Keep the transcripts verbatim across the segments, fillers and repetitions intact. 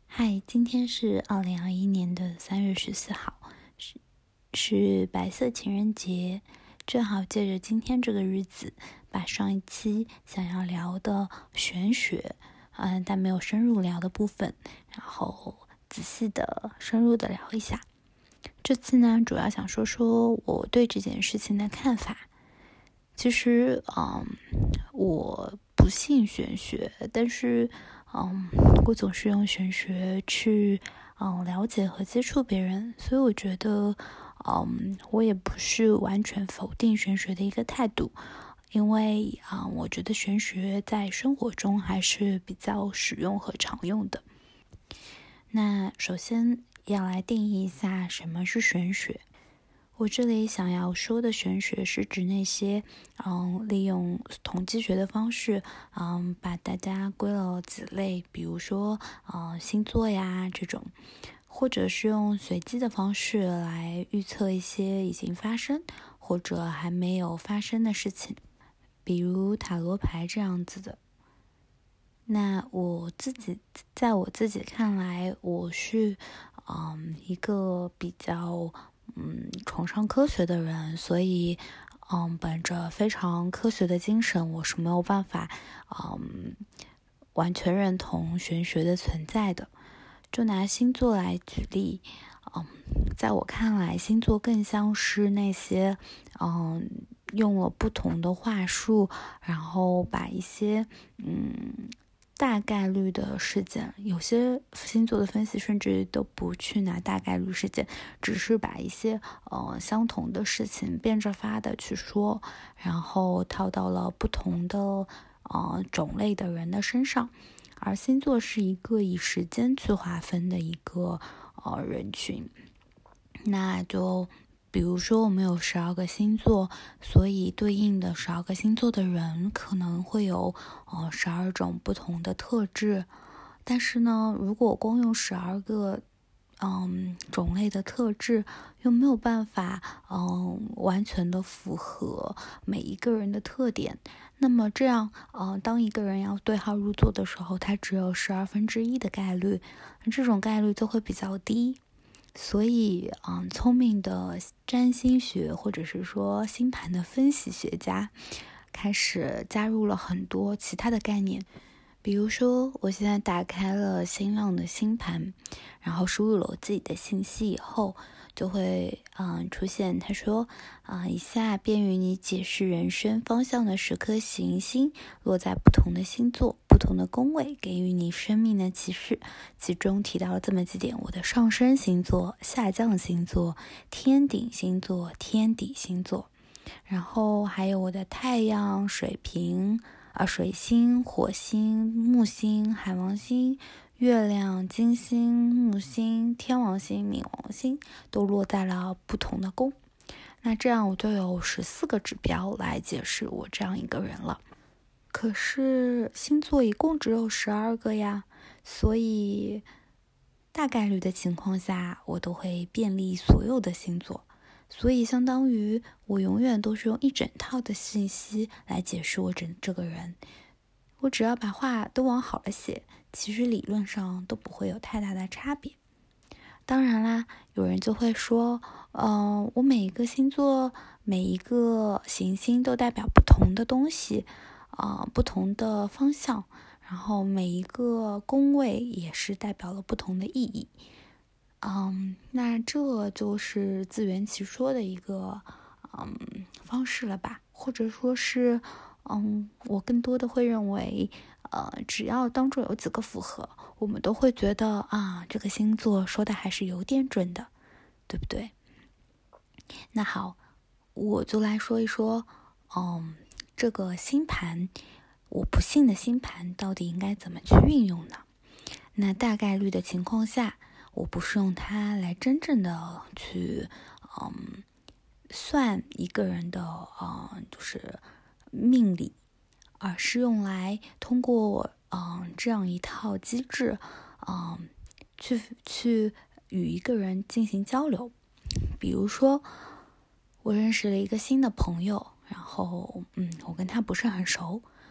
嗨，今天是二零二一年的三月十四号，是是白色情人节，正好借着今天这个日子，把上一期想要聊的玄学，嗯，但没有深入聊的部分，然后仔细的、深入的聊一下。这次呢，主要想说说我对这件事情的看法。其实，嗯，我不信玄学，但是，嗯，我总是用玄学去，嗯，了解和接触别人，所以我觉得，嗯，我也不是完全否定玄学的一个态度，因为，啊、嗯，我觉得玄学在生活中还是比较实用和常用的。那首先要来定义一下什么是玄学。我这里想要说的玄学是指那些，嗯，利用统计学的方式，嗯，把大家归了几类，比如说，嗯，星座呀这种，或者是用随机的方式来预测一些已经发生或者还没有发生的事情，比如塔罗牌这样子的。那我自己，在我自己看来，我是，嗯，一个比较。嗯，崇尚科学的人，所以，嗯，本着非常科学的精神，我是没有办法，嗯，完全认同玄学的存在的。就拿星座来举例，嗯，在我看来，星座更像是那些，嗯，用了不同的话术，然后把一些，嗯。大概率的事件，有些星座的分析甚至都不去拿大概率事件，只是把一些呃相同的事情变着法的去说，然后套到了不同的呃种类的人的身上。而星座是一个以时间去划分的一个呃人群，那就比如说我们有十二个星座，所以对应的十二个星座的人可能会有呃十二种不同的特质。但是呢，如果光用十二个嗯种类的特质，又没有办法嗯完全的符合每一个人的特点，那么这样呃当一个人要对号入座的时候，他只有十二分之一的概率，这种概率就会比较低。所以，嗯，聪明的占星学或者是说星盘的分析学家，开始加入了很多其他的概念。比如说，我现在打开了新浪的星盘，然后输入了我自己的信息以后，就会嗯出现他说啊、呃，以下便于你解释人生方向的十颗行星落在不同的星座、不同的宫位，给予你生命的启示。其中提到了这么几点：我的上升星座、下降星座、天顶星座、天底星座，然后还有我的太阳、水瓶。啊，水星、火星、木星、海王星、月亮、金星、木星、天王星、冥王星都落在了不同的宫。那这样我就有十四个指标来解释我这样一个人了。可是星座一共只有十二个呀，所以大概率的情况下，我都会遍历所有的星座。所以相当于我永远都是用一整套的信息来解释我整这个人。我只要把话都往好了写，其实理论上都不会有太大的差别。当然啦，有人就会说，嗯、呃，我每一个星座、每一个行星都代表不同的东西，啊、呃，不同的方向，然后每一个宫位也是代表了不同的意义。嗯，那这就是自圆其说的一个嗯方式了吧，或者说是嗯，我更多的会认为，呃，只要当中有几个符合，我们都会觉得啊，这个星座说的还是有点准的，对不对？那好，我就来说一说，嗯，这个星盘，我不信的星盘到底应该怎么去运用呢？那大概率的情况下，我不是用它来真正的去，嗯，算一个人的，嗯，就是命理，而是用来通过，嗯，这样一套机制，嗯，去去与一个人进行交流。比如说，我认识了一个新的朋友，然后，嗯，我跟他不是很熟，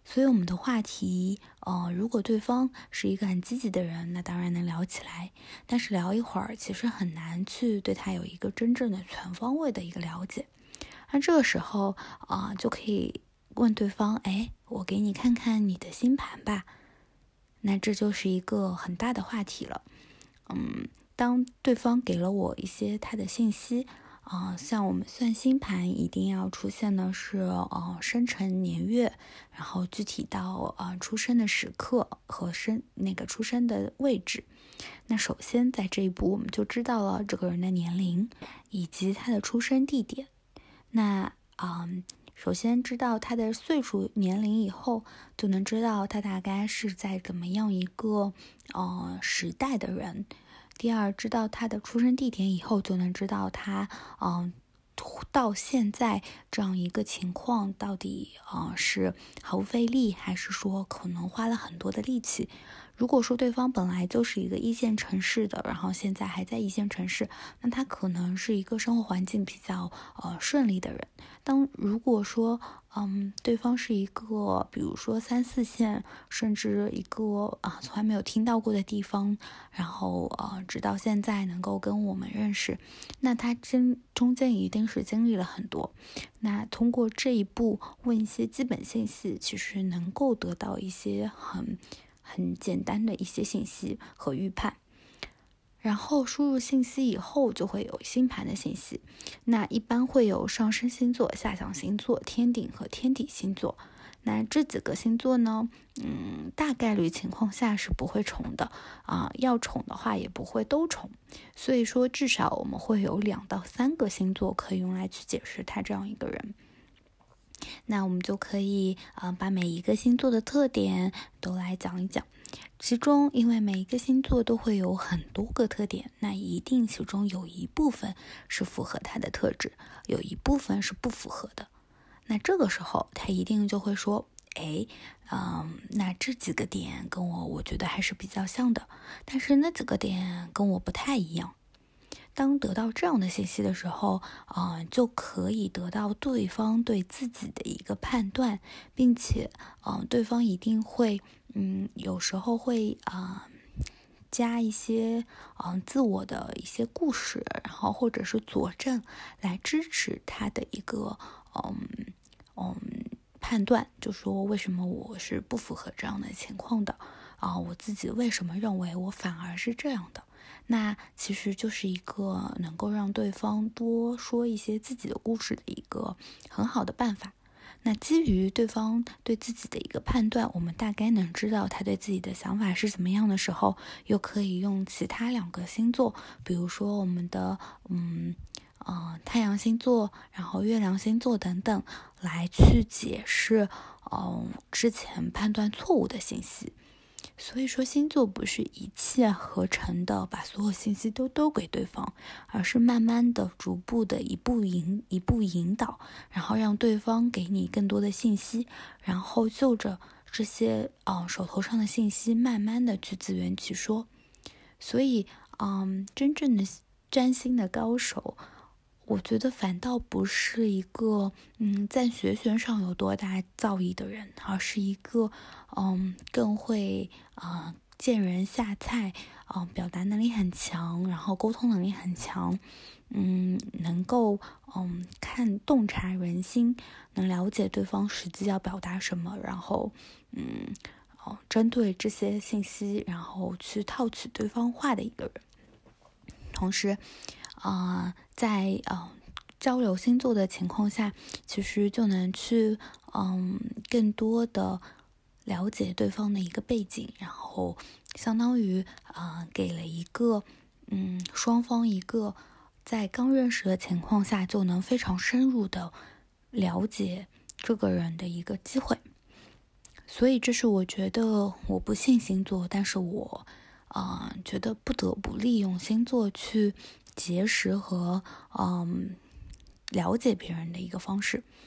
所以我们的话题，呃，如果对方是一个很积极的人，那当然能聊起来。但是聊一会儿，其实很难去对他有一个真正的全方位的一个了解。那这个时候，啊、呃，就可以问对方，哎，我给你看看你的星盘吧。那这就是一个很大的话题了。嗯，当对方给了我一些他的信息，啊、呃，像我们算星盘一定要出现的是呃生辰年月，然后具体到呃出生的时刻和生那个出生的位置。那首先在这一步我们就知道了这个人的年龄以及他的出生地点。那嗯，首先知道他的岁数年龄以后，就能知道他大概是在怎么样一个呃时代的人。第二，知道他的出生地点以后，就能知道他嗯、呃、到现在这样一个情况到底呃是毫不费力，还是说可能花了很多的力气。如果说对方本来就是一个一线城市的，然后现在还在一线城市，那他可能是一个生活环境比较呃顺利的人。当如果说嗯对方是一个比如说三四线，甚至一个啊、呃、从来没有听到过的地方，然后呃直到现在能够跟我们认识，那他真中间一定是经历了很多。那通过这一步问一些基本信息，其实能够得到一些很很简单的一些信息和预判。然后输入信息以后，就会有星盘的信息。那一般会有上升星座、下降星座、天顶和天体星座。那这几个星座呢，嗯，大概率情况下是不会重的啊、呃，要重的话也不会都重。所以说，至少我们会有两到三个星座可以用来去解释他这样一个人。那我们就可以呃把每一个星座的特点都来讲一讲。其中因为每一个星座都会有很多个特点，那一定其中有一部分是符合它的特质，有一部分是不符合的。那这个时候他一定就会说，哎，嗯，那这几个点跟我我觉得还是比较像的，但是那几个点跟我不太一样。当得到这样的信息的时候，呃，就可以得到对方对自己的一个判断，并且，呃，对方一定会，嗯，有时候会啊、呃、加一些，嗯、呃，自我的一些故事，然后或者是佐证来支持他的一个，嗯嗯，判断，就说为什么我是不符合这样的情况的，啊、呃，我自己为什么认为我反而是这样的。那其实就是一个能够让对方多说一些自己的故事的一个很好的办法。那基于对方对自己的一个判断，我们大概能知道他对自己的想法是怎么样的时候，又可以用其他两个星座，比如说我们的嗯呃太阳星座，然后月亮星座等等，来去解释嗯、呃、之前判断错误的信息。所以说星座不是一气呵成的把所有信息都都给对方，而是慢慢的逐步的一步引一步引导，然后让对方给你更多的信息，然后就着这些呃手头上的信息慢慢的去自圆其说。所以嗯真正的占星的高手，我觉得反倒不是一个嗯在学学上有多大造诣的人，而是一个嗯更会啊、呃、见人下菜啊、呃、表达能力很强，然后沟通能力很强，嗯能够嗯看洞察人心，能了解对方实际要表达什么，然后嗯哦针对这些信息，然后去套取对方话的一个人。同时啊、呃，在呃交流星座的情况下，其实就能去嗯更多的了解对方的一个背景，然后相当于啊、呃、给了一个嗯双方一个在刚认识的情况下就能非常深入的了解这个人的一个机会。所以这是我觉得我不信星座，但是我啊、呃、觉得不得不利用星座去结识和嗯了解别人的一个方式。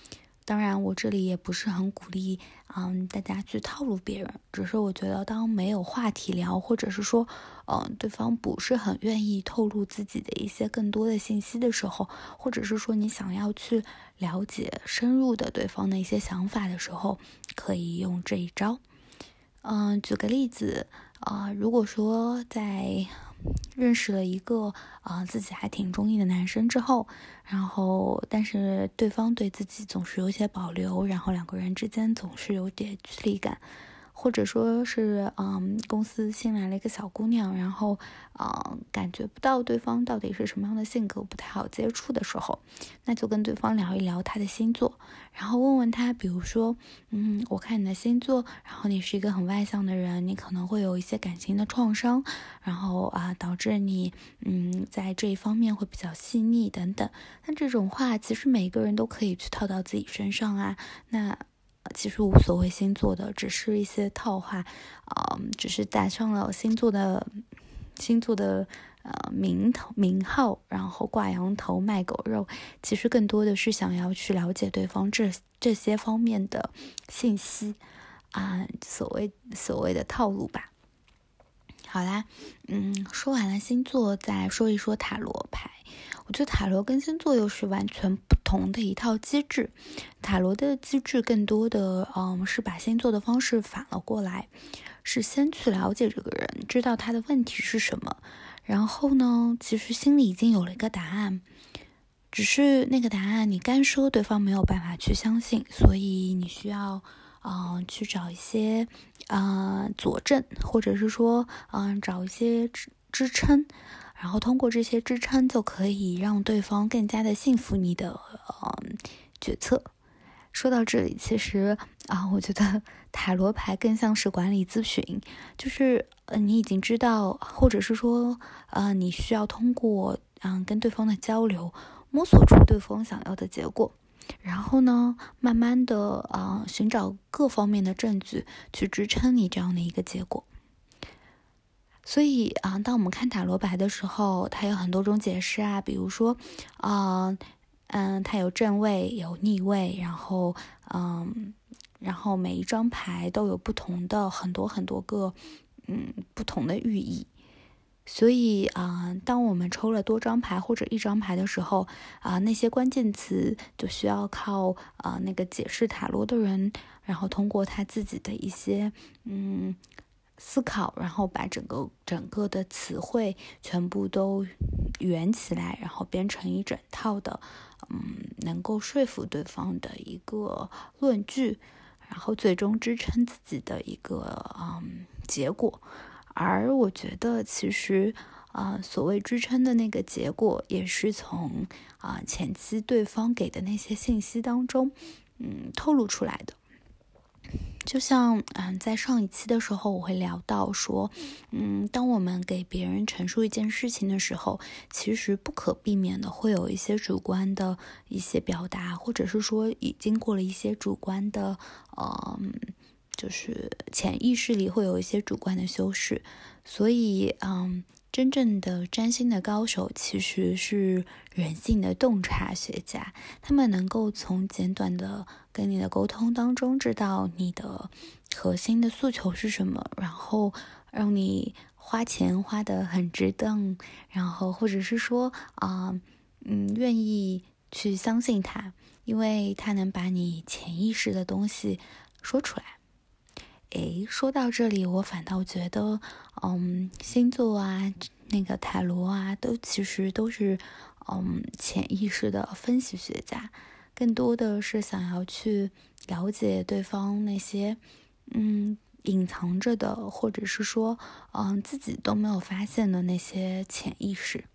当然，我这里也不是很鼓励，嗯，大家去套路别人。只是我觉得，当没有话题聊，或者是说，嗯，对方不是很愿意透露自己的一些更多的信息的时候，或者是说你想要去了解深入的对方的一些想法的时候，可以用这一招。嗯，举个例子，啊、呃，如果说在认识了一个啊、呃、自己还挺中意的男生之后，然后但是对方对自己总是有些保留，然后两个人之间总是有点距离感，或者说是嗯公司新来了一个小姑娘，然后嗯感觉不到对方到底是什么样的性格，不太好接触的时候，那就跟对方聊一聊他的星座，然后问问他，比如说嗯我看你的星座，然后你是一个很外向的人，你可能会有一些感情的创伤，然后啊导致你嗯在这一方面会比较细腻等等。那这种话其实每个人都可以去套到自己身上啊，那其实无所谓星座的，只是一些套话，呃，只是打上了星座的星座的呃名头名号，然后挂羊头卖狗肉，其实更多的是想要去了解对方这这些方面的信息啊、所谓所谓的套路吧。好啦，嗯，说完了星座，再说一说塔罗牌。我觉得塔罗跟星座又是完全不同的一套机制。塔罗的机制更多的，嗯，是把星座的方式反了过来，是先去了解这个人，知道他的问题是什么，然后呢，其实心里已经有了一个答案，只是那个答案你干说对方没有办法去相信，所以你需要嗯、呃，去找一些呃佐证，或者是说嗯、呃、找一些支支撑，然后通过这些支撑就可以让对方更加的信服你的呃决策。说到这里，其实啊、呃，我觉得塔罗牌更像是管理咨询，就是呃你已经知道，或者是说呃你需要通过嗯、呃、跟对方的交流，摸索出对方想要的结果。然后呢，慢慢的啊、呃，寻找各方面的证据去支撑你这样的一个结果。所以啊、呃，当我们看塔罗牌的时候，它有很多种解释啊，比如说，啊、呃，嗯，它有正位，有逆位，然后，嗯，然后每一张牌都有不同的很多很多个，嗯，不同的寓意。所以啊、呃，当我们抽了多张牌或者一张牌的时候啊、呃，那些关键词就需要靠啊、呃、那个解释塔罗的人，然后通过他自己的一些嗯思考，然后把整个整个的词汇全部都圆起来，然后编成一整套的嗯能够说服对方的一个论据，然后最终支撑自己的一个嗯结果。而我觉得其实啊、呃，所谓支撑的那个结果，也是从啊、呃、前期对方给的那些信息当中，嗯，透露出来的。就像嗯，在上一期的时候，我会聊到说，嗯，当我们给别人陈述一件事情的时候，其实不可避免的会有一些主观的一些表达，或者是说已经过了一些主观的，嗯。就是潜意识里会有一些主观的修饰，所以，嗯，真正的占星的高手其实是人性的洞察学家，他们能够从简短的跟你的沟通当中知道你的核心的诉求是什么，然后让你花钱花得很值当，然后或者是说，啊、呃，嗯，愿意去相信他，因为他能把你潜意识的东西说出来。诶，说到这里，我反倒觉得，嗯，星座啊，那个塔罗啊，都其实都是，嗯，潜意识的分析学家，更多的是想要去了解对方那些，嗯，隐藏着的，或者是说，嗯，自己都没有发现的那些潜意识。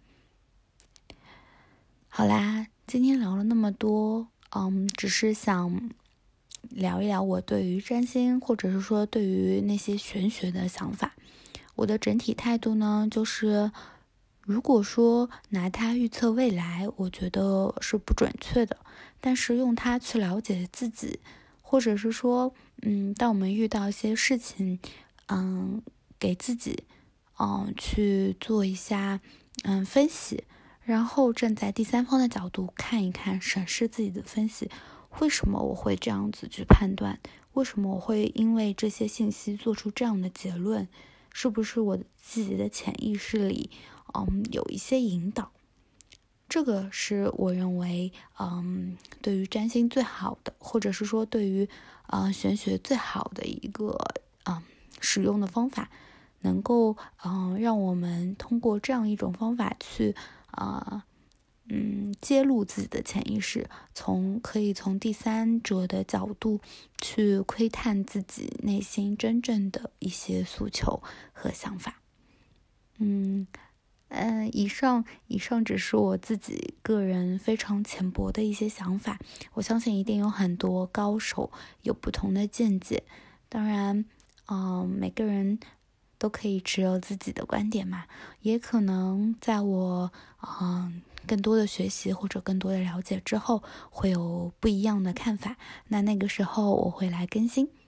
好啦，今天聊了那么多，嗯，只是想聊一聊我对于占星，或者是说对于那些玄学的想法。我的整体态度呢，就是如果说拿它预测未来，我觉得是不准确的。但是用它去了解自己，或者是说，嗯，当我们遇到一些事情，嗯，给自己，嗯，去做一下，嗯，分析。然后站在第三方的角度看一看，审视自己的分析， 为什么我会这样子去判断？为什么我会因为这些信息做出这样的结论？是不是我自己的潜意识里，嗯，有一些引导？这个是我认为，嗯，对于占星最好的，或者是说对于，呃，玄学最好的一个，嗯，使用的方法，能够，嗯，让我们通过这样一种方法去，啊、呃，嗯，揭露自己的潜意识，从可以从第三者的角度去窥探自己内心真正的一些诉求和想法。嗯。嗯，以上以上只是我自己个人非常浅薄的一些想法，我相信一定有很多高手有不同的见解。当然，嗯，每个人都可以持有自己的观点嘛，也可能在我嗯更多的学习或者更多的了解之后，会有不一样的看法。那那个时候我会来更新。